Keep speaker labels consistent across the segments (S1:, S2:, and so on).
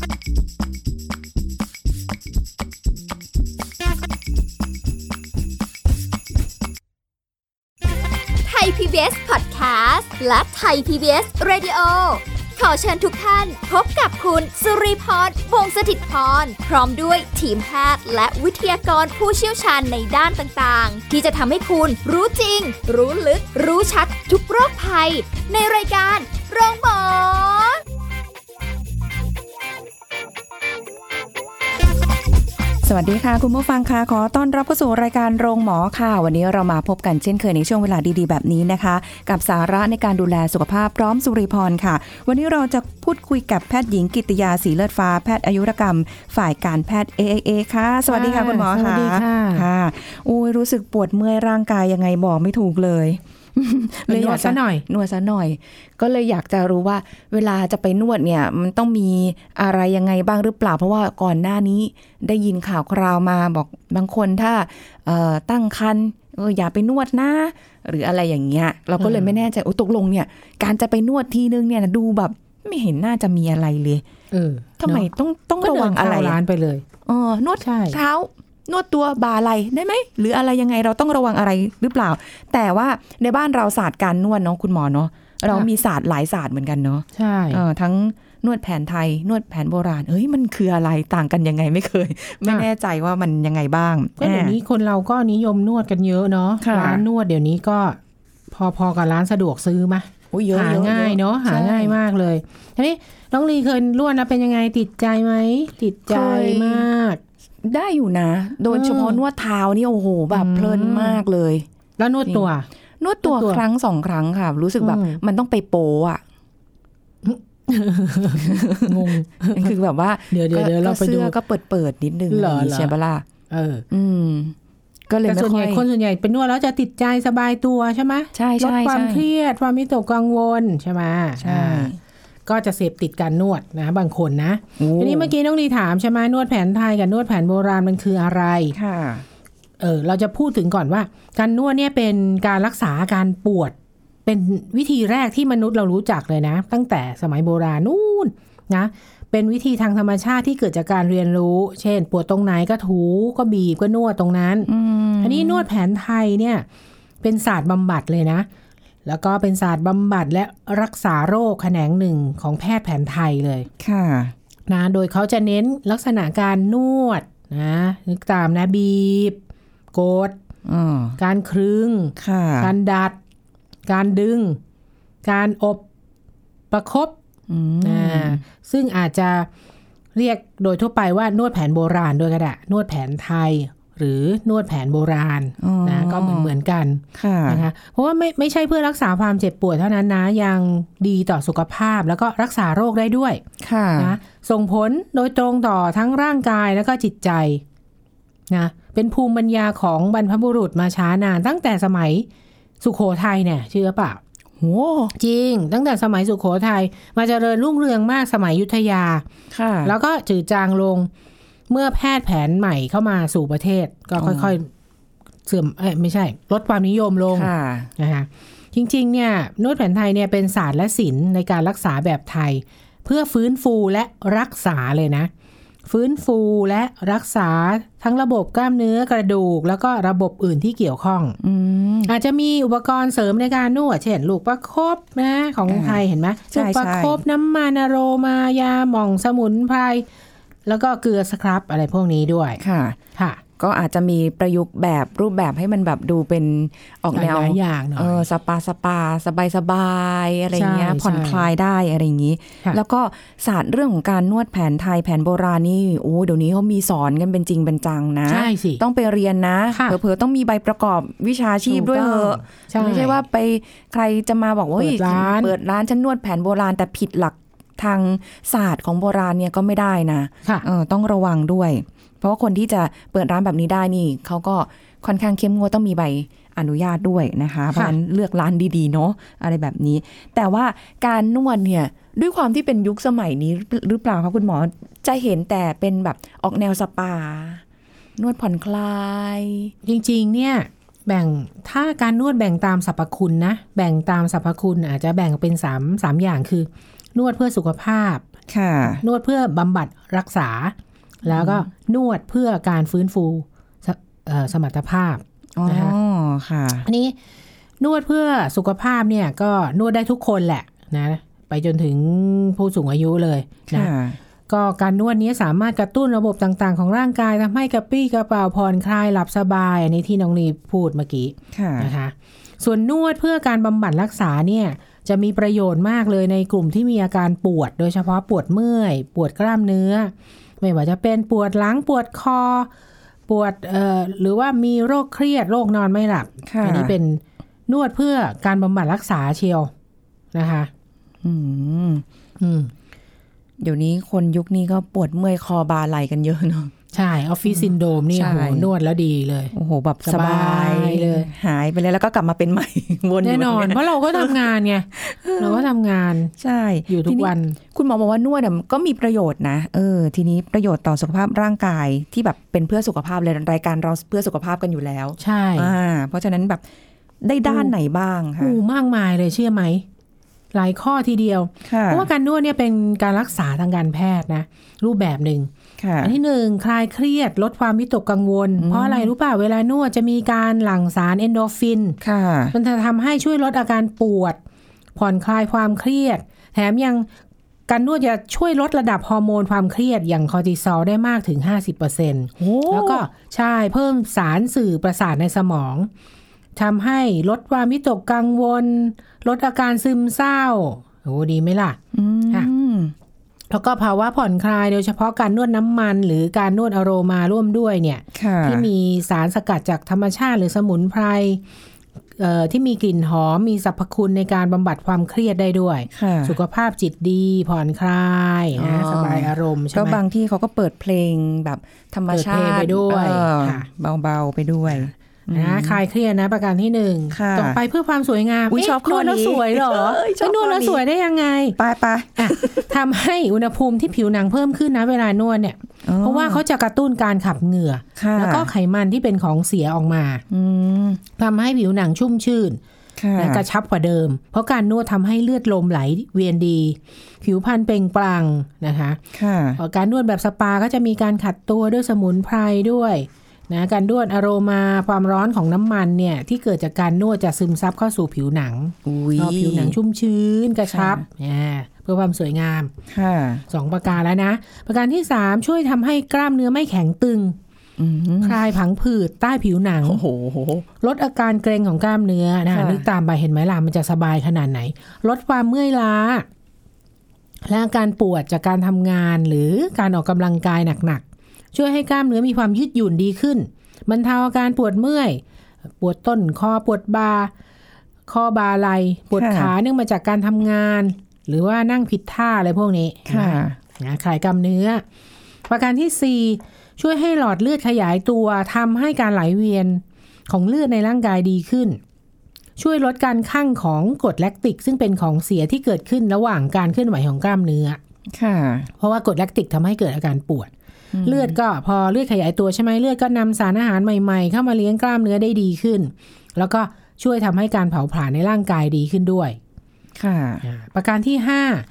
S1: ไทย PBS Podcast และไทย PBS Radio ขอเชิญทุกท่านพบกับคุณสุริพร วงศ์สถิตย์พรพร้อมด้วยทีมแพทย์และวิทยากรผู้เชี่ยวชาญในด้านต่างๆที่จะทำให้คุณรู้จริงรู้ลึกรู้ชัดทุกโรคภัยในรายการโรงพยาบาล
S2: สวัสดีค่ะคุณผู้ฟังค่ะขอต้อนรับเข้าสู่รายการโรงหมอค่ะวันนี้เรามาพบกันเช่นเคยในช่วงเวลาดีๆแบบนี้นะคะกับสาระในการดูแลสุขภาพพร้อมสุริพรค่ะวันนี้เราจะพูดคุยกับแพทย์หญิงกิตติยาศรีเลิศฟ้าแพทย์อายุรกรรมฝ่ายการแพทย์ AAA ค่ะสวัสดีค่ะคุณหมอค่ะสวัสดีค่ะอุ้ยรู้สึกปวดเมื่อยร่างกายยังไงบอกไม่ถูกเลย
S3: เลยนวดซะหน่อย
S2: ก็เลยอยากจะรู้ว่าเวลาจะไปนวดเนี่ยมันต้องมีอะไรยังไงบ้างหรือเปล่าเพราะว่าก่อนหน้านี้ได้ยินข่าวคราวมาบอกบางคนถ้าตั้งครรภ์อย่าไปนวดนะหรืออะไรอย่างเงี้ยเราก็เลยไม่แน่ใจตกลงเนี่ยการจะไปนวดทีนึงเนี่ยดูแบบไม่เห็นน่าจะมีอะไรเลยทำไมต้องระวังอะไร
S3: ร้านไปเลย
S2: นวดเท้านวดตัวบ่าไหล่ได้ไหมหรืออะไรยังไงเราต้องระวังอะไรหรือเปล่าแต่ว่าในบ้านเราศาสตร์การนวดเนาะคุณหมอเนาะเรามีศาสตร์หลายศาสตร์เหมือนกันเนาะ
S3: ใช่
S2: ทั้งนวดแผนไทยนวดแผนโบราณมันคืออะไรต่างกันยังไงไม่เคยไม่แน่ใจว่ามันยังไงบ้าง
S3: ก็เดี๋ยวนี้คนเราก็นิยมนวดกันเยอะเนาะร้านนวดเดี๋ยวนี้ก็พอกับร้านสะดวกซื้อมะหาง่ายเนาะหาง่ายมากเลยทีนี้น้องลีเคยนวดแล้วเป็นยังไงติดใจไหมติดใจมาก
S2: ได้อยู่นะโดยเฉพาะนวดเท้านี่โอ้โหแบบเพลินมากเลย
S3: แล้วนวดตัว
S2: ครั้ง2ครั้งค่ะรู้สึกแบบมันต้องไปโป๊อ่ะ
S3: งง
S2: คือแบบว่า
S3: เดี๋ยวเราไปดู
S2: ก็เปิดนิดนึงใช่ปะล่ะก็เลยไม่ค่อย
S3: คนส่วนใหญ่เป็นนวดแล้วจะติดใจสบายตัวใช่ไหม
S2: ใช่
S3: ลดความเครียดความวิตกกังวลใช่ไหม
S2: ใช่
S3: ก็จะเสพติดการนวดนะบางคนนะทีนี้เมื่อกี้น้องลีถามใช่ไหมนวดแผนไทยกับนวดแผนโบราณมันคืออะไร
S2: ค่ะ
S3: เราจะพูดถึงก่อนว่าการนวดเนี่ยเป็นการรักษาอาการปวดเป็นวิธีแรกที่มนุษย์เรารู้จักเลยนะตั้งแต่สมัยโบราณนู่นนะเป็นวิธีทางธรรมชาติที่เกิดจากการเรียนรู้เช่นปวดตรงไหนก็ถูก็บีบก็นวดตรงนั้นอันนี้นวดแผนไทยเนี่ยเป็นศาสตร์บำบัดเลยนะแล้วก็เป็นศาสตร์บำบัดและรักษาโรคแขนงหนึ่งของแพทย์แผนไทยเลย
S2: ค่ะ
S3: นะโดยเขาจะเน้นลักษณะการนวดนะนึกตามนะบีบกดการคลึงการดัดการดึงการอบประคบซึ่งอาจจะเรียกโดยทั่วไปว่านวดแผนโบราณด้วยก็ได้นวดแผนไทยหรือนวดแผนโบราณนะก็เหมือนกันนะคะเพราะว่าไม่ใช่เพื่อรักษาความเจ็บปวดเท่านั้นนะยังดีต่อสุขภาพแล้วก็รักษาโรคได้ด้วยนะส่งผลโดยตรงต่อทั้งร่างกายแล้วก็จิตใจนะเป็นภูมิปัญญาของบรรพบุรุษมาช้านานตั้งแต่สมัยสุโขทัยเนี่ยเชื่อเปล่า
S2: โอ้
S3: จริงตั้งแต่สมัยสุโขทัยมาเจริญรุ่งเรืองมากสมัยอยุธยาแล้วก็จืดจางลงเมื่อแพทย์แผนใหม่เข้ามาสู่ประเทศก็ค่อยๆเสื่อมไม่ใช่ลดความนิยมลงนะคะจริงๆเนี่ยนวดแผนไทยเนี่ยเป็นศาสตร์และศิลป์ในการรักษาแบบไทยเพื่อฟื้นฟูและรักษาเลยนะฟื้นฟูและรักษาทั้งระบบกล้ามเนื้อกระดูกแล้วก็ระบบอื่นที่เกี่ยวข้องอาจจะมีอุปกรณ์เสริมในการนวดเช่นลูกประคบนะของไทยเห็นไหมลูกประคบน้ำมันอะโรมายาหม่องสมุนไพรแล้วก็เกลือสครับอะไรพวกนี้ด้วยค่ะ
S2: ก็อาจจะมีประยุกต์แบบรูปแบบให้มันแบบดูเป็นออกแนว
S3: อย่างหน่อย
S2: สปาสบายอะไรเงี้ยผ่อนคลายได้อะไรอย่างนี้แล้วก็ศาสตร์เรื่องของการนวดแผนไทยแผนโบราณนี่โอ้เดี๋ยวนี้เขามีสอนกันเป็นจริงเป็นจังนะ
S3: ใช่สิ
S2: ต้องไปเรียนนะเผลอๆต้องมีใบประกอบวิชาชีพด้วยเหอะไม่ใช่ว่าไปใครจะมาบอกว่าเปิดร้านฉันนวดแผนโบราณแต่ผิดหลักทางศาสตร์ของโบราณเนี่ยก็ไม่ได้นะต้องระวังด้วยเพราะว่าคนที่จะเปิดร้านแบบนี้ได้นี่เขาก็ค่อนข้างเข้มงวดต้องมีใบอนุญาตด้วยนะคะเพราะฉะนั้นเลือกร้านดีๆเนาะอะไรแบบนี้แต่ว่าการนวดเนี่ยด้วยความที่เป็นยุคสมัยนี้หรือเปล่าคะคุณหมอจะเห็นแต่เป็นแบบออกแนวสปานวดผ่อนคลาย
S3: จริงๆเนี่ยถ้าการนวดแบ่งตามสรรพคุณนะแบ่งตามสรรพคุณอาจจะแบ่งเป็น3อย่างคือนวดเพื่อสุขภาพนวดเพื่อบำบัดรักษาแล้วก็นวดเพื่อการฟื้นฟูสมรรถภาพนะคะอันนี้นวดเพื่อสุขภาพเนี่ยก็นวดได้ทุกคนแหละนะไปจนถึงผู้สูงอายุเลยนะก็การนวดนี้สามารถกระตุ้นระบบต่างๆของร่างกายทำให้กระปรี้กระเปร่าผ่อนคลายหลับสบายอันนี้ที่น้องนีพูดเมื่อกี้นะคะส่วนนวดเพื่อการบำบัดรักษาเนี่ยจะมีประโยชน์มากเลยในกลุ่มที่มีอาการปวดโดยเฉพาะปวดเมื่อยปวดกล้ามเนื้อไม่ว่าจะเป็นปวดหลังปวดคอปวดหรือว่ามีโรคเครียดโรคนอนไม่หลับอันนี้เป็นนวดเพื่อการบำบัดรักษาเชียวนะคะ
S2: เดี๋ยวนี้คนยุคนี้ก็ปวดเมื่อยคอบ่าไหล่กันเยอะเนาะ
S3: ใช่ออฟฟิศซินโดรมนี่โอ้โหนวดแล้วดีเลย
S2: โอ้โหแบบสบายเลยหายไปเลยแล้วก็กลับมาเป็นใหม่วนอยู่แน่
S3: นอนเพราะเราก็ทำงานไงเราก็ทำงาน
S2: ใช่
S3: อยู่ทุกวัน
S2: คุณหมอบอกว่านวดก็มีประโยชน์นะทีนี้ประโยชน์ต่อสุขภาพร่างกายที่แบบเป็นเพื่อสุขภาพเลยรายการเราเพื่อสุขภาพกันอยู่แล้ว
S3: ใช่
S2: เพราะฉะนั้นแบบได้ด้านไหนบ้างคะ
S3: มากมายเลยเชื่อไหมหลายข้อทีเดียวเพราะว่าการนวดเนี่ยเป็นการรักษาทางการแพทย์นะรูปแบบหนึ่งอันที่หนึ่งคลายเครียดลดความวิตกกังวลเพราะอะไรรู้ป่ะเวลานวดจะมีการหลั่งสารเอนโดรฟินมันจะทำให้ช่วยลดอาการปวดผ่อนคลายความเครียดแถมยังการนวดจะช่วยลดระดับฮอร์โมนความเครียดอย่างคอร์ติซอลได้มากถึง 50% แล้วก็ใช่เพิ่มสารสื่อประสาทในสมองทำให้ลดความวิตกกังวลลดอาการซึมเศร้าโอ้ดีไหมล่ะแล้วก็ภาวะผ่อนคลายโดยเฉพาะการนวดน้ำมันหรือการนวดอโรมาร่วมด้วยเนี่ยที่มีสารสกัดจากธรรมชาติหรือสมุนไพรที่มีกลิ่นหอมมีสรรพคุณในการบำบัดความเครียดได้ด้วยสุขภาพจิตดีผ่อนคลายนะสบายอารมณ์ใช่ไหม
S2: ก็บางที่เขาก็เปิดเพลงแบบธรรมชาติ
S3: ไปด้วย
S2: เบาๆไปด้วย
S3: นะคลายเครียดนะประการที่หนึ่งต่อไปเพื่อความสวยงาม
S2: ชอบนวด
S3: แล้วสวยเหรอจะนวดแล้วสวยได้ยังไง
S2: ไป
S3: ทำให้อุณหภูมิที่ผิวหนังเพิ่มขึ้นนะเวลานวดเนี่ยเพราะว่าเขาจะกระตุ้นการขับเหงื่อแล้วก็ไขมันที่เป็นของเสียออกมาทำให้ผิวหนังชุ่มชื่นและกระชับกว่าเดิมเพราะการนวดทำให้เลือดลมไหลเวียนดีผิวพรรณเปล่งปลั่งนะคะการนวดแบบสปาก็จะมีการขัดตัวด้วยสมุนไพรด้วยนะการนวดอโรมาความร้อนของน้ำมันเนี่ยที่เกิดจากการนวดจะซึมซับเข้าสู่ผิวหนังผิวหนังชุ่มชื้นกระชับเพื่อความสวยงาม2ประการแล้วนะประการที่3ช่วยทำให้กล้ามเนื้อไม่แข็งตึงคลายผังผืดใต้ผิวหนังลดอาการเกร็งของกล้ามเนื้อนะนึกตามไปเห็นไหมล่ะมันจะสบายขนาดไหนลดความเมื่อยล้าและอาการปวดจากการทำงานหรือการออกกำลังกายหนักช่วยให้กล้ามเนื้อมีความยืดหยุ่นดีขึ้นบรรเทาอาการปวดเมื่อยปวดต้นคอปวดบ่าคอบ่าไหล่ปวดขาเนื่องมาจากการทำงานหรือว่านั่งผิดท่าอะไรพวกนี้คลายกล้ามเนื้อประการที่4ช่วยให้หลอดเลือดขยายตัวทำให้การไหลเวียนของเลือดในร่างกายดีขึ้นช่วยลดการคั่งของกรดแลคติกซึ่งเป็นของเสียที่เกิดขึ้นระหว่างการเคลื่อนไหวของกล้ามเนื้อเพราะว่ากรดแลคติกทำให้เกิดอาการปวดเลือดก็พอเลือดขยายตัวใช่ไหมเลือดก็นำสารอาหารใหม่ๆเข้ามาเลี้ยงกล้ามเนื้อได้ดีขึ้นแล้วก็ช่วยทำให้การเผาผลาญในร่างกายดีขึ้นด้วยประการที่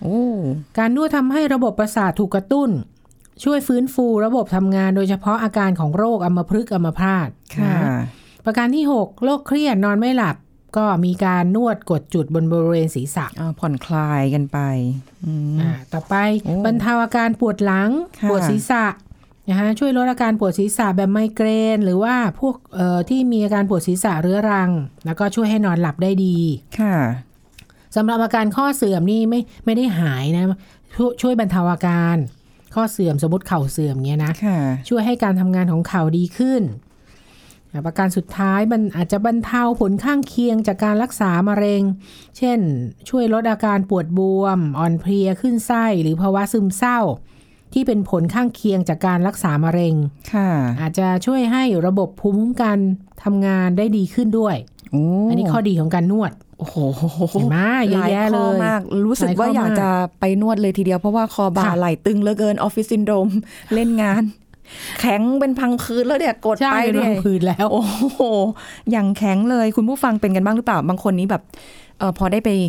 S3: 5การนวดทำให้ระบบประสาทถูกกระตุ้นช่วยฟื้นฟูระบบทำงานโดยเฉพาะอาการของโรคอัมพฤกษ์อัมพาตประการที่6โรคเครียดนอนไม่หลับก็มีการนวดกดจุดบนบริเวณศีรษะ
S2: ผ่อนคลายกันไป
S3: ต่อไปบรรเทาอาการปวดหลังปวดศีรษะนะคะช่วยลดอาการปวดศีรษะแบบไมเกรนหรือว่าพวกที่มีอาการปวดศีรษะเรื้อรังแล้วก็ช่วยให้นอนหลับได้ดีสำหรับอาการข้อเสื่อมนี่ไม่ได้หายนะช่วยบรรเทาอาการข้อเสื่อมสมมติเข่าเสื่อมเงี้ยนะช่วยให้การทำงานของเข่าดีขึ้นประการสุดท้ายมันอาจจะบรรเทาผลข้างเคียงจากการรักษามะเร็งเช่นช่วยลดอาการปวดบวมอ่อนเพลียขึ้นไส้หรือภาวะซึมเศร้าที่เป็นผลข้างเคียงจากการรักษามะเร็งอาจจะช่วยให้ระบบภูมิคุ้มกันทำงานได้ดีขึ้นด้วยอันนี้ข้อดีของการนวด
S2: โอ้โห
S3: เห็นไหมเยอะแยะเลย
S2: มากรู้สึกว่าอยากจะไปนวดเลยทีเดียวเพราะว่าคอบ่าไหล่ตึงเหลือเกินออฟฟิศซินโดรมเล่นงานแข็งเป็นพังผืดแล้วเนี่ยกดไป
S3: เนี่ยพังผืดแล้ว
S2: โอ้โหอย่างแข็งเลยคุณผู้ฟังเป็นกันบ้างหรือเปล่าบางคนนี้แบบพอได้ไป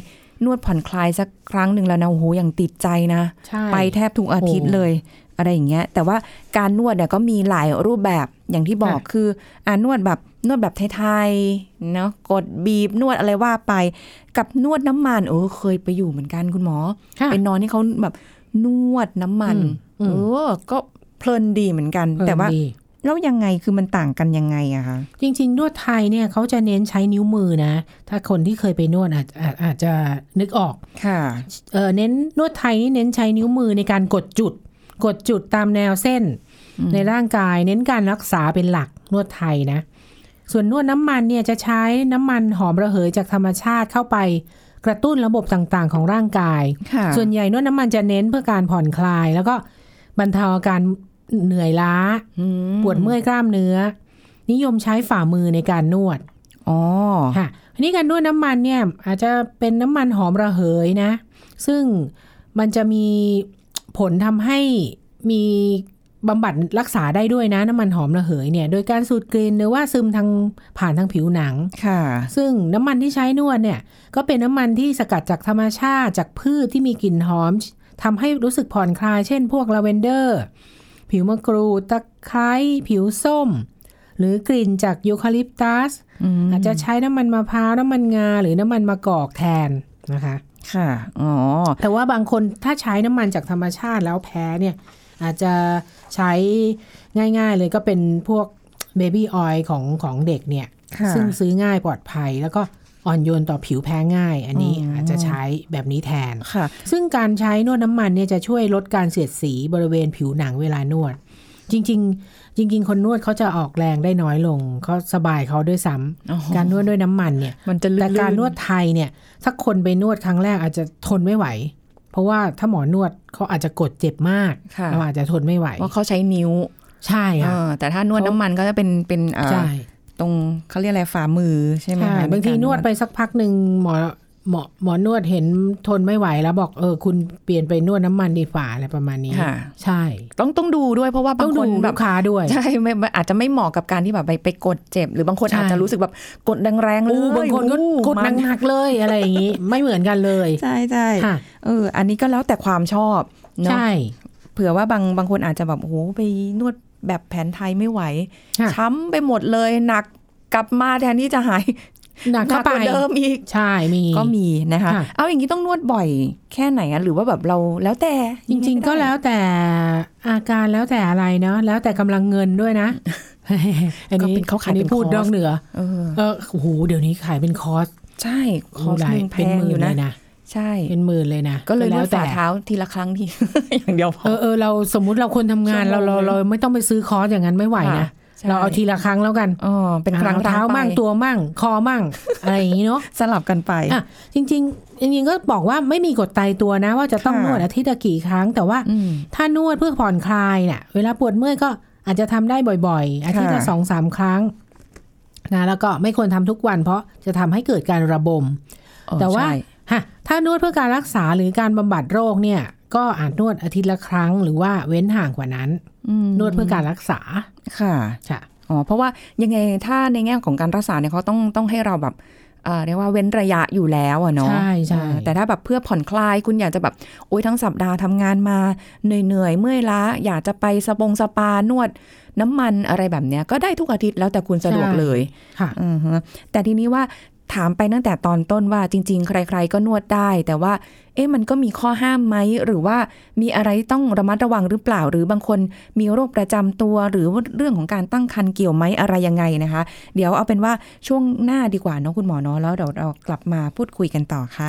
S2: นวดผ่อนคลายสักครั้งหนึ่งแล้วนะโอ้โหอย่างติดใจนะไปแทบทุกอาทิตย์เลยอะไรอย่างเงี้ยแต่ว่าการนวดเนี่ยก็มีหลายรูปแบบอย่างที่บอกคือนวดแบบไทยๆเนาะกดบีบนวดอะไรว่าไปกับนวดน้ำมันเคยไปอยู่เหมือนกันคุณหมอเป็นนอนที่เขาแบบนวดน้ำมันก็เพลินดีเหมือนกันแต่ว่าแล้วยังไงคือมันต่างกันยังไงอะคะ
S3: จริงๆนวดไทยเนี่ยเขาจะเน้นใช้นิ้วมือนะถ้าคนที่เคยไปนวดอาจจะนึกออก
S2: ค่ะ
S3: เน้นนวดไทยนี่เน้นใช้นิ้วมือในการกดจุดตามแนวเส้นในร่างกายเน้นการรักษาเป็นหลักนวดไทยนะส่วนนวดน้ำมันเนี่ยจะใช้น้ำมันหอมระเหยจากธรรมชาติเข้าไปกระตุ้นระบบต่างๆของร่างกายส่วนใหญ่นวดน้ำมันจะเน้นเพื่อการผ่อนคลายแล้วก็บรรเทาอาการเหนื่อยล้าปวดเมื่อยกล้ามเนื้อนิยมใช้ฝ่ามือในการนวดค่ะอันนี้การนวดน้ำมันเนี่ยอาจจะเป็นน้ำมันหอมระเหยนะซึ่งมันจะมีผลทำให้มีบำบัดรักษาได้ด้วยนะน้ำมันหอมระเหยเนี่ยโดยการสูดกลิ่นหรือว่าซึมผ่านทางผิวหนังซึ่งน้ำมันที่ใช้นวดเนี่ยก็เป็นน้ำมันที่สกัดจากธรรมชาติจากพืชที่มีกลิ่นหอมทำให้รู้สึกผ่อนคลายเช่นพวกลาเวนเดอร์ผิวมะกรูดตะไคร้ผิวส้มหรือกลิ่นจากยูคาลิปตัสอาจจะใช้น้ำมันมะพร้าวน้ำมันงาหรือน้ำมันมะกอกแทนนะคะ
S2: ค่ะ
S3: แต่ว่าบางคนถ้าใช้น้ำมันจากธรรมชาติแล้วแพ้เนี่ยอาจจะใช้ง่ายๆเลยก็เป็นพวกเบบี้ออยล์ของเด็กเนี่ยซึ่งซื้อง่ายปลอดภัยแล้วก็อ่อนโยนต่อผิวแพ้ง่ายอันนี้อาจจะใช้แบบนี้แทนซึ่งการใช้นวดน้ำมันเนี่ยจะช่วยลดการเสียดสีบริเวณผิวหนังเวลานวดจริงคนนวดเขาจะออกแรงได้น้อยลงเขาสบายเขาด้วยซ้ำการนวดด้วยน้ำมันเนี่ยแต่การนวดไทยเนี่ยถ้าคนไปนวดครั้งแรกอาจจะทนไม่ไหวเพราะว่าถ้าหมอนวดเขาอาจจะกดเจ็บมากเราอาจจะทนไม่ไหว
S2: เพราะเขาใช้นิ้ว
S3: ใช่ค่ะ
S2: แต่ถ้านวดน้ำมันก็จะเป็นตรงเขาเรียกอะไรฝ่ามือใช่ไหมคะ
S3: บางทีนวดไปสักพักหนึ่งหมอนวดเห็นทนไม่ไหวแล้วบอกคุณเปลี่ยนไปนวดน้ำมันดีฝ่าอะไรประมาณนี้ใช่
S2: ต้องดูด้วยเพราะว่าบางคน
S3: แบบขาด้วย
S2: ใช่อาจจะไม่เหมาะกับการที่แบบไปกดเจ็บหรือบางคนอาจจะรู้สึกแบบกดแรงๆเลย
S3: บางคนก็กดหนักๆเลยอะไรอย่างนี้ไม่เหมือนกันเลย
S2: ใช่ใช่อันนี้ก็แล้วแต่ความชอบเนาะเผื่อว่าบางคนอาจจะแบบโอ้โหไปนวดแบบแผนไทยไม่ไหวช้ำไปหมดเลยหนักกลับมาแทนที่จะหาย
S3: หนักกว่า
S2: เดิมอีก
S3: ใช่
S2: ก็มีนะคะเอาอย่างนี้ต้องนวดบ่อยแค่ไหนหรือว่าแบบเราแล้วแต่
S3: จริงๆก็แล้วแต่อาการแล้วแต่อะไรเนาะแล้วแต่กำลังเงินด้วยนะ
S2: อันนี้เขาขายเป็น
S3: พูดดอกเหนือโอ้โหเดี๋ยวนี้ขายเป็นคอร์ส
S2: ใช่คอร์สแพงอยู่นะใช่
S3: เป็นหมื่นเลยนะ
S2: ก็เลยนวดฝ่าเท้าทีละครั้งทีอย่างเดียวพ
S3: อเราสมมุติเราคนทำงานเราไม่ต้องไปซื้อคอร์สอย่างนั้นไม่ไหวนะเราเอาทีละครั้งแล้วกัน
S2: เป็นครั้ง
S3: เท้ามั่งตัวมั่งคอมั่งอะไรอย่างนี้เนาะ
S2: สลับกันไป
S3: จริงก็บอกว่าไม่มีกฎตายตัวนะว่าจะต้องนวดอาทิตย์ละกี่ครั้งแต่ว่าถ้านวดเพื่อผ่อนคลายเนี่ยเวลาปวดเมื่อยก็อาจจะทำได้บ่อยๆอาทิตย์ละ 2-3 ครั้งนะแล้วก็ไม่ควรทำทุกวันเพราะจะทำให้เกิดการระบมแต่ว่าถ้านวดเพื่อการรักษาหรือการบำบัดโรคเนี่ยก็อาจนวดอาทิตย์ละครั้งหรือว่าเว้นห่างกว่านั้นนวดเพื่อการรักษา
S2: ค่ะเพราะว่ายังไงถ้าในแง่ของการรักษาเนี่ยเขาต้องให้เราแบบเรียกว่าเว้นระยะอยู่แล้วเนาะ
S3: ใช่
S2: แต่ถ้าแบบเพื่อผ่อนคลายคุณอยากจะแบบโอ๊ยทั้งสัปดาห์ทำงานมาเหนื่อยเมื่อยล้าอยากจะไปสปานวดน้ำมันอะไรแบบเนี้ยก็ได้ทุกอาทิตย์แล้วแต่คุณสะดวกเลย
S3: ค่ะ
S2: แต่ทีนี้ว่าถามไปตั้งแต่ตอนต้นว่าจริงๆใครๆก็นวดได้แต่ว่ามันก็มีข้อห้ามไหมหรือว่ามีอะไรต้องระมัดระวังหรือเปล่าหรือบางคนมีโรคประจำตัวหรือว่าเรื่องของการตั้งครรภ์เกี่ยวไหมอะไรยังไงนะคะเดี๋ยวเอาเป็นว่าช่วงหน้าดีกว่าเนาะคุณหมอเนาะแล้วเดี๋ยวเรากลับมาพูดคุยกันต่อค่ะ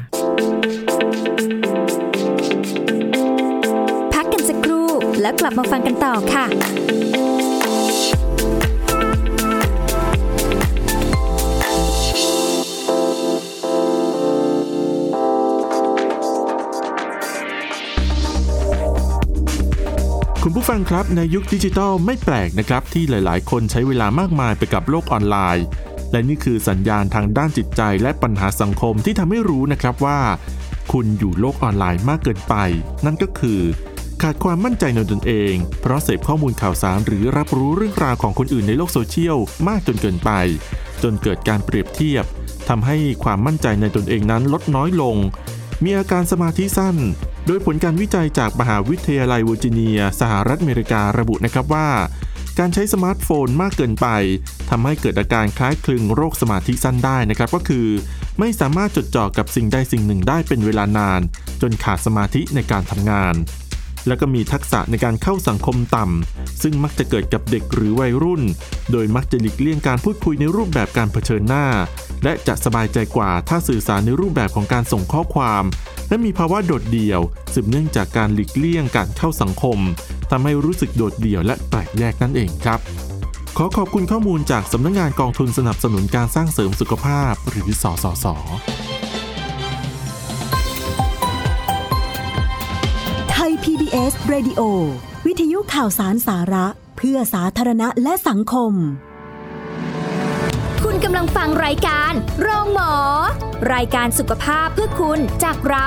S1: พักกันสักครู่แล้วกลับมาฟังกันต่อค่ะ
S4: คุณผู้ฟังครับในยุคดิจิทัลไม่แปลกนะครับที่หลายๆคนใช้เวลามากมายไปกับโลกออนไลน์และนี่คือสัญญาณทางด้านจิตใจและปัญหาสังคมที่ทำให้รู้นะครับว่าคุณอยู่โลกออนไลน์มากเกินไปนั่นก็คือขาดความมั่นใจในตนเองเพราะเสพข้อมูลข่าวสารหรือรับรู้เรื่องราวของคนอื่นในโลกโซเชียลมากจนเกินไปจนเกิดการเปรียบเทียบทำให้ความมั่นใจในตนเองนั้นลดน้อยลงมีอาการสมาธิสั้นโดยผลการวิจัยจากมหาวิทยาลัยเวอร์จิเนียสหรัฐอเมริการะบุนะครับว่าการใช้สมาร์ทโฟนมากเกินไปทำให้เกิดอาการคล้ายคลึงโรคสมาธิสั้นได้นะครับก็คือไม่สามารถจดจ่อกับสิ่งใดสิ่งหนึ่งได้เป็นเวลานานจนขาดสมาธิในการทำงานแล้วก็มีทักษะในการเข้าสังคมต่ำซึ่งมักจะเกิดกับเด็กหรือวัยรุ่นโดยมักจะหลีกเลี่ยงการพูดคุยในรูปแบบการเผชิญหน้าและจะสบายใจกว่าถ้าสื่อสารในรูปแบบของการส่งข้อความและมีภาวะโดดเดี่ยวสืบเนื่องจากการหลีกเลี่ยงการเข้าสังคมทำให้รู้สึกโดดเดี่ยวและแปลกแยกนั่นเองครับขอขอบคุณข้อมูลจากสำนักงานกองทุนสนับสนุนการสร้างเสริมสุขภาพหรือสสส.
S5: ไทย PBS Radio วิทยุข่าวสารสาระเพื่อสาธารณะและสังคม
S1: คุณกำลังฟังรายการโรงหมอรายการสุขภาพเพื่อคุณจากเรา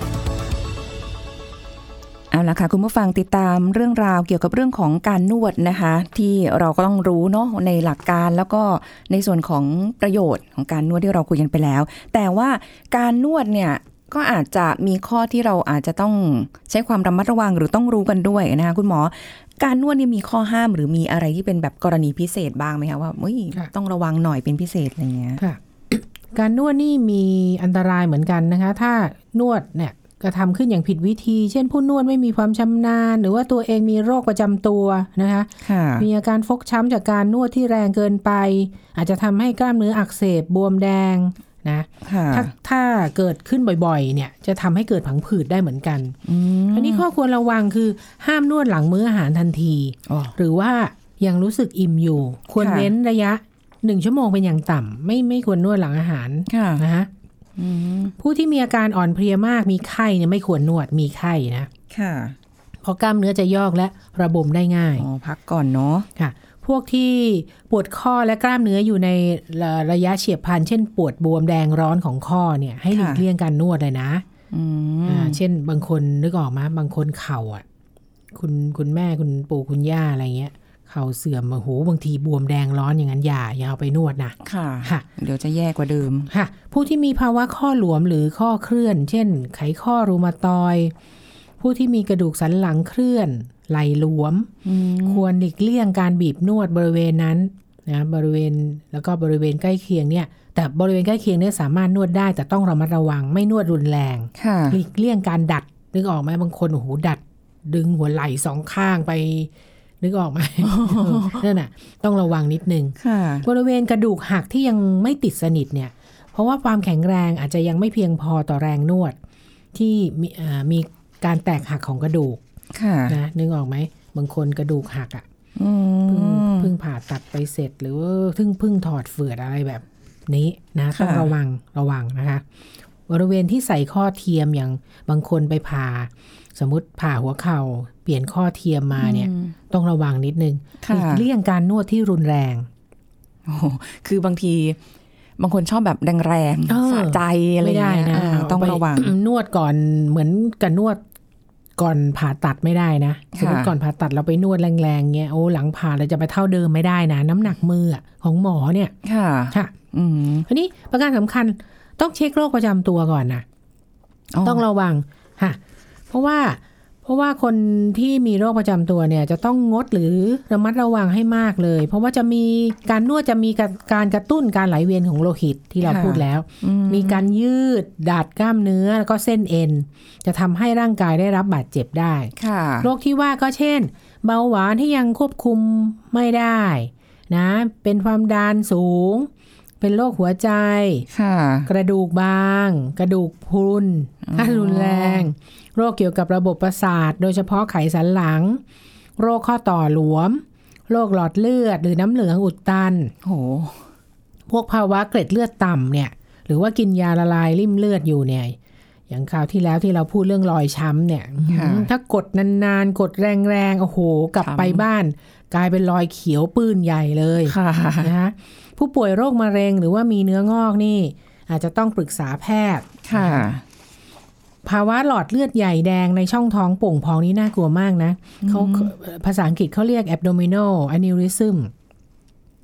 S2: เอาละค่ะคุณผู้ฟังติดตามเรื่องราวเกี่ยวกับเรื่องของการนวดนะคะที่เราก็ต้องรู้เนาะในหลักการแล้วก็ในส่วนของประโยชน์ของการนวดที่เราคุยกันไปแล้วแต่ว่าการนวดเนี่ยก็อาจจะมีข้อที่เราอาจจะต้องใช้ความระมัดระวังหรือต้องรู้กันด้วยนะคะคุณหมอการนวดนี่มีข้อห้ามหรือมีอะไรที่เป็นแบบกรณีพิเศษบ้างไหมคะว่าต้องระวังหน่อยเป็นพิเศษอะไรเงี้ย
S3: ค่ะการนวดนี่มีอันตรายเหมือนกันนะคะถ้านวดเนี่ยกระทำขึ้นอย่างผิดวิธีเช่นผู้นวดไม่มีความชำนาญหรือว่าตัวเองมีโรคประจำตัวนะคะมีอาการฟกช้ำจากการนวดที่แรงเกินไปอาจจะทำให้กล้ามเนื้ออักเสบบวมแดงนะถ้าเกิดขึ้นบ่อยๆเนี่ยจะทำให้เกิดผังผืดได้เหมือนกันอันนี้ข้อควรระวังคือห้ามนวดหลังมื้ออาหารทันทีหรือว่ายังรู้สึกอิ่มอยู่ควรเว้นระยะ1 ชั่วโมงเป็นอย่างต่ำไม่ควรนวดหลังอาหารนะคะผู้ที่มีอาการอ่อนเพลียมากมีไข้เนี่ยไม่ควรนวดมีไข้นะเพราะกล้ามเนื้อจะยอกและระบมได้ง่าย
S2: พักก่อนเนาะ
S3: ค่ะพวกที่ปวดข้อและกล้ามเนื้ออยู่ในระยะเฉียบพลันเช่นปวดบวมแดงร้อนของข้อเนี่ยให้หลีกเลี่ยงการนวดเลยนะเช่นบางคนนึกออกไหมบางคนเข่าอ่ะคุณแม่คุณปู่คุณย่าอะไรเงี้ยเข่าเสื่อมโอ้โหบางทีบวมแดงร้อนอย่างนั้นอย่าเอาไปนวดนะ
S2: ค่ะเดี๋ยวจะแย่กว่าเดิม
S3: ค่ะผู้ที่มีภาวะข้อหลวมหรือข้อเคลื่อนเช่นไขข้อรูมาตอยด์ผู้ที่มีกระดูกสันหลังเคลื่อนไหล่หลวมควรหลีกเลี่ยงการบีบนวดบริเวณนั้นนะบริเวณแล้วก็บริเวณใกล้เคียงเนี่ยแต่บริเวณใกล้เคียงเนี่ยสามารถนวดได้แต่ต้องระมัดระวังไม่นวดรุนแรงหลีกเลี่ยงการดัดนึกออกไหมบางคนโอ้โหดัดดึงหัวไหล่2 ข้างไปนึกออกไหม นั่นน่ะต้องระวังนิดนึงบริเวณกระดูกหักที่ยังไม่ติดสนิทเนี่ยเพราะว่าความแข็งแรงอาจจะยังไม่เพียงพอต่อแรงนวดที่มีการแตกหักของกระดูกนะนึกออกไหมบางคนกระดูกหักอ่ะเพิ่งผ่าตัดไปเสร็จหรือว่าเพิ่งถอดเฟือดอะไรแบบนี้นะต้องระวังนะคะบริเวณที่ใส่ข้อเทียมอย่างบางคนไปผ่าสมมติผ่าหัวเข่าเปลี่ยนข้อเทียมมาเนี่ยต้องระวังนิดนึงเลี่ยงการนวดที่รุนแรง
S2: คือบางทีบางคนชอบแบบแรงๆสะใจอะไรอย่างเงี้ยต้องระวัง
S3: นวดก่อนเหมือนกับนวดก่อนผ่าตัดไม่ได้นะสมมติก่อนผ่าตัดเราไปนวดแรงๆเงี้ยโอ้หลังผ่าเราจะไปเท่าเดิมไม่ได้นะน้ำหนักมือของหมอเนี่ยค่ะอันนี้ประการสำคัญต้องเช็คโรคประจำตัวก่อนนะต้องระวังค่ะเพราะว่าคนที่มีโรคประจำตัวเนี่ยจะต้องงดหรือระมัดระวังให้มากเลยเพราะว่าจะมีการนวดจะมีการกระตุ้นการไหลเวียนของโลหิตที่เราพูดแล้วมีการยืดดัดกล้ามเนื้อแล้วก็เส้นเอ็นจะทำให้ร่างกายได้รับบาดเจ็บได้โรคที่ว่าก็เช่นเบาหวานที่ยังควบคุมไม่ได้นะเป็นความดันสูงเป็นโรคหัวใจกระดูกบางกระดูกพรุนขั้นรุนแรงโรคเกี่ยวกับระบบประสาทโดยเฉพาะไขสันหลังโรคข้อต่อหลวมโรคหลอดเลือดหรือน้ำเหลืองอุดตันพวกภาวะเกล็ดเลือดต่ำเนี่ยหรือว่ากินยาละลายริ่มเลือดอยู่เนี่ยอย่างคราวที่แล้วที่เราพูดเรื่องรอยช้ำเนี่ยถ้ากดนานๆกดแรงๆโอ้โหกลับไปบ้านกลายเป็นรอยเขียวปื้นใหญ่เลยนะคะผู้ป่วยโรคมะเร็งหรือว่ามีเนื้องอกนี่อาจจะต้องปรึกษาแพทย์ภาวะหลอดเลือดใหญ่แดงในช่องท้องโป่งพองนี่น่ากลัวมากนะเขาภาษาอังกฤษเขาเรียก abdominal aneurysm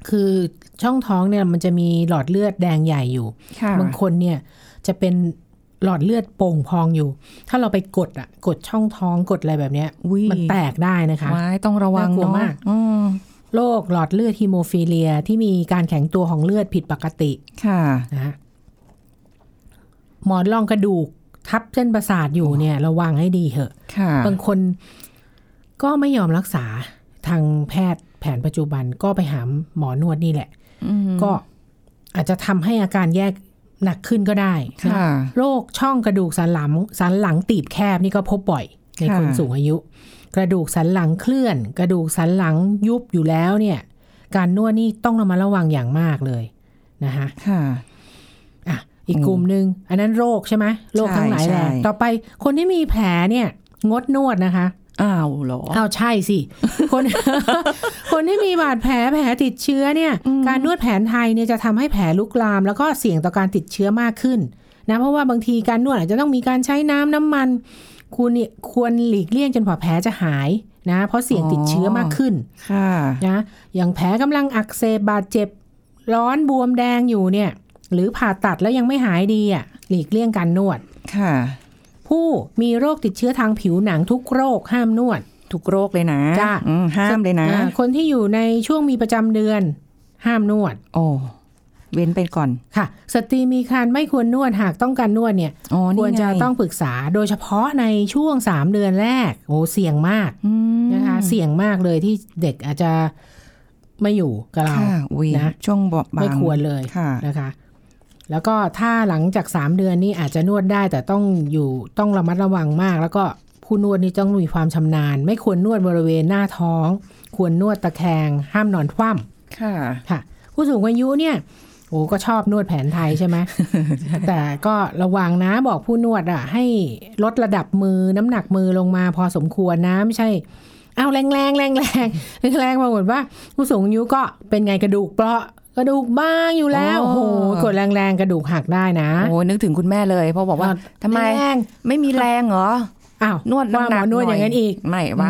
S3: คือช่องท้องเนี่ยมันจะมีหลอดเลือดแดงใหญ่อยู่บางคนเนี่ยจะเป็นหลอดเลือดโป่งพองอยู่ถ้าเราไปกดช่องท้องกดอะไรแบบเนี้ยมันแตกได้นะคะ
S2: ต้องระวังเนาะ
S3: โรคหลอดเลือดฮีโมฟิเลียที่มีการแข็งตัวของเลือดผิดปกตินะหมอนรองกระดูกทับเส้นประสาทอยู่เนี่ยระวังให้ดีเถอะบางคนก็ไม่ยอมรักษาทางแพทย์แผนปัจจุบันก็ไปหาหมอนวดนี่แหละก็อาจจะทำให้อาการแยกหนักขึ้นก็ได้โรคช่องกระดูกสันหลังตีบแคบนี่ก็พบบ่อยในคนสูงอายุกระดูกสันหลังเคลื่อนกระดูกสันหลังยุบอยู่แล้วเนี่ยการนวดนี่ต้องระมัดระวังอย่างมากเลยนะคะอีกกลุ่มนึงอันนั้นโรคใช่ไหมโรคทั้งหลายแหละต่อไปคนที่มีแผลเนี่ยงดนวดนะคะ
S2: เหรอ
S3: ใช่สิคนที่มีบาดแผลติดเชื้อเนี่ยการนวดแผนไทยเนี่ยจะทำให้แผลลุกลามแล้วก็เสี่ยงต่อการติดเชื้อมากขึ้นนะเพราะว่าบางทีการนวดอาจจะต้องมีการใช้น้ำมันคุณควรหลีกเลี่ยงจนกว่าแผลจะหายนะเพราะเสี่ยงติดเชื้อมากขึ้นนะอย่างแผลกำลังอักเสบบาดเจ็บร้อนบวมแดงอยู่เนี่ยหรือผ่าตัดแล้วยังไม่หายดีหลีกเลี่ยงการนวดผู้มีโรคติดเชื้อทางผิวหนังทุกโรคห้ามนวด
S2: ทุกโรคเลยนะห้ามเลยนะ
S3: คนที่อยู่ในช่วงมีประจำเดือนห้ามนวด
S2: เว้นไปก่อน
S3: ค่ะสตรีมีครรภ์ไม่ควรนวดหากต้องการนวดเนี่ยควรจะต้องปรึกษาโดยเฉพาะในช่วง3เดือนแรกเสี่ยงมากนะคะเสี่ยงมากเลยที่เด็กอาจจะไม่อยู่กับเรานะ
S2: ช่วงบอก
S3: ไม่ควรเลยนะคะแล้วก็ถ้าหลังจาก3เดือนนี้อาจจะนวดได้แต่ต้องระมัดระวังมากแล้วก็ผู้นวดนี่ต้องมีความชำนาญไม่ควรนวดบริเวณหน้าท้องควรนวดตะแคงห้ามนอนคว่ำค่ะผู้สูงอายุเนี่ยก็ชอบนวดแผนไทยใช่ไหม แต่ก็ระวังนะบอกผู้นวดให้ลดระดับมือน้ำหนักมือลงมาพอสมควรนะไม่ใช่แรงปรากฏว่าผู้สูงอายุก็เป็นไงกระดูกเปราะกระดูกบ้างอยู่แล้วกดแรงๆกระดูกหักได้นะ
S2: นึกถึงคุณแม่เลยเพราะบอกว่าทำไมไม่มีแรงเหรอนวดหนักๆ
S3: นวดอย่างนั้นอีก
S2: ไม่ว่า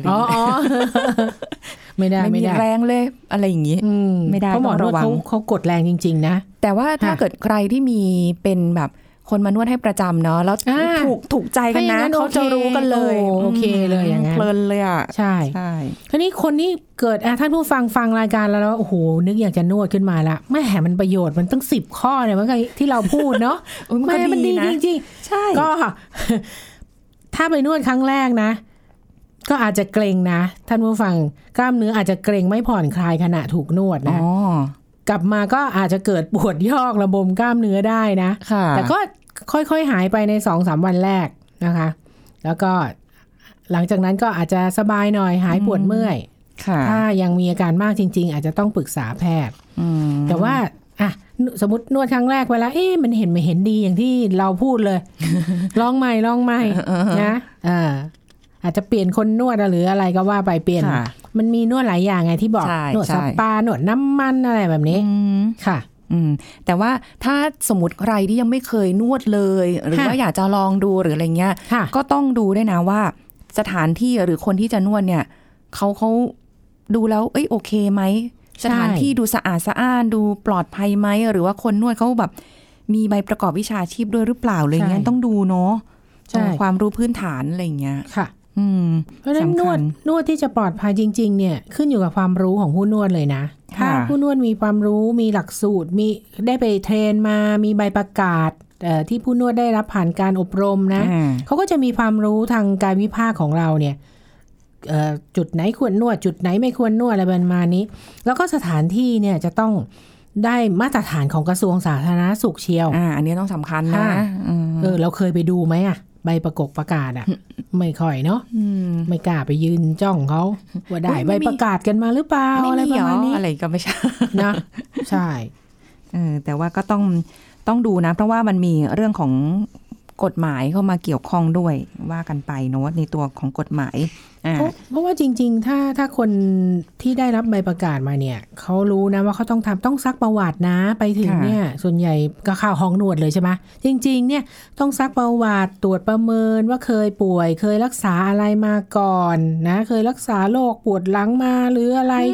S3: ไม่ได้
S2: ไม่มีแรงเลยอะไรอย่างนี้ไม่ได้
S3: เพราะหมอนวดเขากดแรงจริงๆนะ
S2: แต่ว่าถ้าเกิดใครที่มีเป็นแบบคนมานวดให้ประจำเนาะแล้วถูกใจกันนะเขาจะรู้กันเลย
S3: โอเคเลยอย่างนั้น
S2: เพลินเลย
S3: ใช่ทีนี้คนนี้เกิดท่านผู้ฟังรายการแล้วโอ้โหนึกอยากจะนวดขึ้นมาละแม่มันประโยชน์มันต้อง10ข้อเนี่ยมันที่เราพูดเนาะมันดีจริงๆใช่ก็ถ้าไปนวดครั้งแรกนะก็อาจจะเกร็งนะท่านผู้ฟังกล้ามเนื้ออาจจะเกร็งไม่ผ่อนคลายขณะถูกนวดนะกลับมาก็อาจจะเกิดปวดยอกระบมกล้ามเนื้อได้นะแต่ก็ค่อยๆหายไปใน 2-3 วันแรกนะคะแล้วก็หลังจากนั้นก็อาจจะสบายหน่อยหายปวดเมื่อยถ้ายังมีอาการมากจริงๆอาจจะต้องปรึกษาแพทย์แต่ว่าสมมตินวดครั้งแรกเวลามันเห็นไม่เห็นดีอย่างที่เราพูดเลย ลองใหม่นะอาจจะเปลี่ยนคนนวดหรืออะไรก็ว่าไปเปลี่ยนมันมีนวดหลายอย่างไงที่บอกนวดสปานวดน้ำมันอะไรแบบนี้ค่ะ
S2: แต่ว่าถ้าสมมติใครที่ยังไม่เคยนวดเลยหรือว่าอยากจะลองดูหรืออะไรเงี้ยก็ต้องดูด้วยนะว่าสถานที่หรือคนที่จะนวดเนี่ยเขาดูแล้วโอเคไหมสถานที่ดูสะอาดสะอ้านดูปลอดภัยไหมหรือว่าคนนวดเขาแบบมีใบประกอบวิชาชีพด้วยหรือเปล่าอะไรเงี้ยต้องดูเนาะความรู้พื้นฐานอะไรเงี้ย
S3: ค่ะเพราะฉะนั้นนวดที่จะปลอดภัยจริงๆเนี่ยขึ้นอยู่กับความรู้ของผู้นวดเลยนะถ้าผู้นวดมีความรู้มีหลักสูตรมีได้ไปเทรนมามีใบประกาศที่ผู้นวดได้รับผ่านการอบรมนะเขาก็จะมีความรู้ทางกายวิภาคของเราเนี่ยจุดไหนควรนวดจุดไหนไม่ควรนวดอะไรประมาณนี้แล้วก็สถานที่เนี่ยจะต้องได้มาตรฐานของกระทรวงสาธารณสุขเชียว
S2: อันนี้ต้องสำคัญนะ
S3: เราเคยไปดูไหมใบประกาศไม่ค่อยเนาะไม่กล้าไปยืนจ้องเขาว่าได้ใบประกาศกันมาหรือเปล่าอะไรประมาณนี้
S2: อะไรก็ไม่ใช่
S3: นะใช่
S2: แต่ว่าก็ต้องดูนะเพราะว่ามันมีเรื่องของกฎหมายเข้ามาเกี่ยวข้องด้วยว่ากันไปเนาะในตัวของกฎหมาย
S3: เพราะว่าจริงๆถ้าคนที่ได้รับใบประกาศมาเนี่ยเขารู้นะว่าเขาต้องซักประวัตินะไปถึงเนี่ยส่วนใหญ่ก็เข้าห้องนวดเลยใช่ไหมจริงๆเนี่ยต้องซักประวัติตรวจประเมินว่าเคยป่วยเคยรักษาอะไรมาก่อนนะเคยรักษาโรคปวดหลังมาหรืออะไร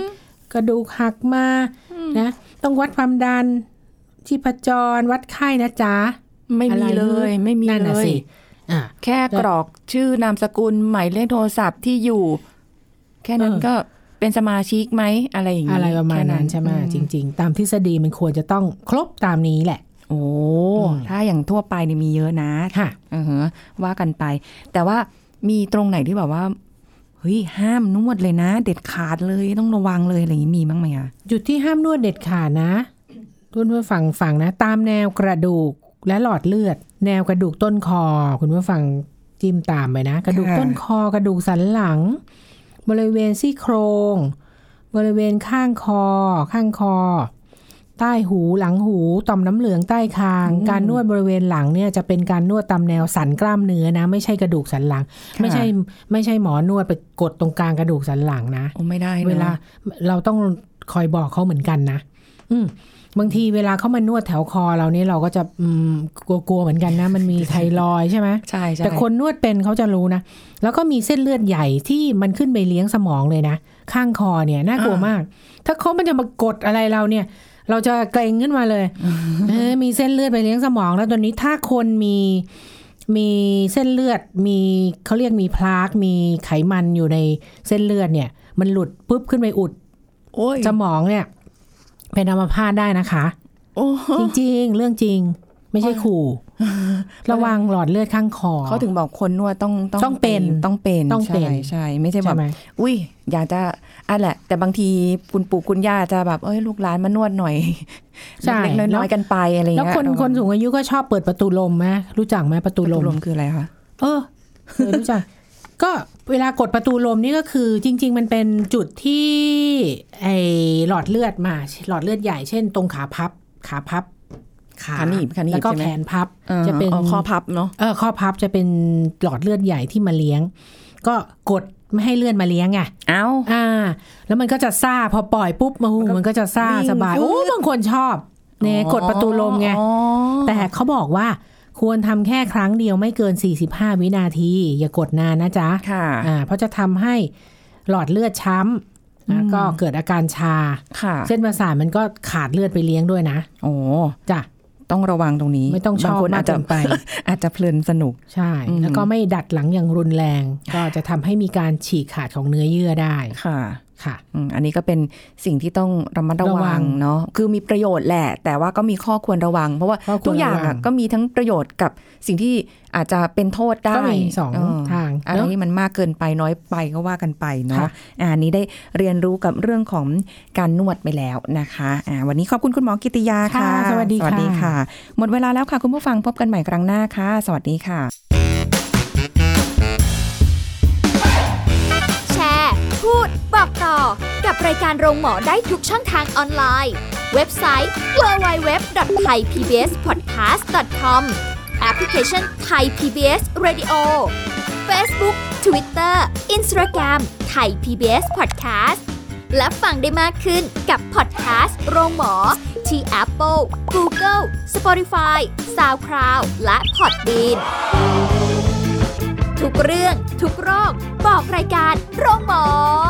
S3: กระดูกหักมานะต้องวัดความดันชีพจรวัดไข้นะจ๊ะ
S2: ไม่มีเลยไม่มีเลยแค่กรอกชื่อนามสกุลหมายเลขโทรศัพท์ที่อยู่แค่นั้นก็เป็นสมาชิกไหมอะไรอย่างนี้
S3: อะไรประมาณนั้นใช่ไหมจริงๆตามทฤษฎีมันควรจะต้องครบตามนี้แหละ
S2: โอ้ถ้าอย่างทั่วไปนี่มีเยอะนะ
S3: ค่ะ
S2: ว่ากันไปแต่ว่ามีตรงไหนที่แบบว่าเฮ้ยห้ามนวดเลยนะเด็ดขาดเลยต้องระวังเลยอะไรอย่างนี้มีบ้างไหมคะ
S3: จุดที่ห้ามนวดเด็ดขาดนะคุณผู้ฟังนะตามแนวกระดูกและหลอดเลือดแนวกระดูกต้นคอคุณผู้ฟังจิ้มตามไปนะกระดูกต้นคอกระดูกสันหลังบริเวณซี่โครงบริเวณข้างคอใต้หูหลังหูต่อมน้ำเหลืองใต้คางการนวดบริเวณหลังเนี่ยจะเป็นการนวดตามแนวสันกล้ามเนื้อนะไม่ใช่กระดูกสันหลังไม่ใช่หมอนวดไปกดตรงกลางกระดูกสันหลังนะ
S2: ไม่ได้
S3: เวลาเราต้องคอยบอกเขาเหมือนกันนะบางทีเวลาเขามานวดแถวคอเรานี่เราก็จะกลัวเหมือนกันนะมันมีไทรอยด์ใช่ไหม
S2: ใช่
S3: แต่คนนวดเป็นเขาจะรู้นะแล้วก็มีเส้นเลือดใหญ่ที่มันขึ้นไปเลี้ยงสมองเลยนะข้างคอเนี่ยน่ากลัวมากถ้าเขามันจะมากดอะไรเราเนี่ยเราจะเกร็งขึ้นมาเลยมีเส้นเลือดไปเลี้ยงสมองแล้วตอนนี้ถ้าคนมีเส้นเลือดมีเขาเรียกมีพลากมีไขมันอยู่ในเส้นเลือดเนี่ยมันหลุดปุ๊บขึ้นไปอุดสมองเนี่ยเป็นอัมพาตได้นะคะจริงๆเรื่องจริงไม่ใช่ขู่ระวังหลอดเลือดข้างคอ
S2: เขาถึงบอกคนนวดต้องเป็นใช่ไม่ใช่แบบอุ้ยอยากจะแหละแต่บางทีคุณปู่คุณย่าจะแบบลูกหลานมานวดหน่อยเล็กๆน้อยๆกันไปอะไรอย่างเงี้ย
S3: แล้วคนสูงอายุก็ชอบเปิดประตูลมไหมรู้จักไหมประตูลม
S2: คืออะไรคะ
S3: รู้จักก็เวลากดประตูลมนี่ก็คือจริงๆมันเป็นจุดที่ไอหลอดเลือดใหญ่เช่นตรงขาพับ
S2: ขาหนีบ
S3: แล้วก็แขนพับจะเป็น
S2: ข้อพับเนาะ
S3: ข้อพับจะเป็นหลอดเลือดใหญ่ที่มาเลี้ยงก็กดไม่ให้เลือดมาเลี้ยงไงแล้วมันก็จะซ่าพอปล่อยปุ๊บมันก็จะซ่าสบายบางคนชอบเนี่ยกดประตูลมไงแต่เขาบอกว่าควรทำแค่ครั้งเดียวไม่เกิน45วินาทีอย่ากดนานนะจ๊ะเพราะจะทำให้หลอดเลือดช้ำแล้วก็เกิดอาการชาเส้นประสาทมันก็ขาดเลือดไปเลี้ยงด้วยนะจ้ะ
S2: ต้องระวังตรงนี้
S3: ไม่ต้องชอบมากเกินไป
S2: อาจจะเพลินสนุก
S3: ใช่แล้วก็ไม่ดัดหลังอย่างรุนแรงก็จะทำให้มีการฉีกขาดของเนื้อเยื่อได้
S2: ค่ะอันนี้ก็เป็นสิ่งที่ต้องระมัดระวังเนาะคือมีประโยชน์แหละแต่ว่าก็มีข้อควรระวังเพราะว่าทุกอย่างก็มีทั้งประโยชน์กับสิ่งที่อาจจะเป็นโทษได้
S3: ก็มี2ทาง
S2: อะไรที่มันมากเกินไปน้อยไปก็ว่ากันไปเนาะอันนี้ได้เรียนรู้กับเรื่องของการนวดไปแล้วนะคะวันนี้ขอบคุณคุณหมอกิติยาค่ะ
S3: สวัสดี
S2: ค่ะหมดเวลาแล้วค่ะคุณผู้ฟังพบกันใหม่ครั้งหน้าค่ะสวัสดีค่ะ
S1: พูดบอกต่อกับรายการโรงหมอได้ทุกช่องทางออนไลน์เว็บไซต์ www.thaipbspodcast.com แอปพลิเคชัน Thai PBS Radio Facebook Twitter Instagram Thai PBS Podcast และฟังได้มากขึ้นกับพอดแคสต์โรงหมอที่ Apple, Google, Spotify, SoundCloud และ Podbeanทุกเรื่องทุกโรคบอกรายการโรงหมอ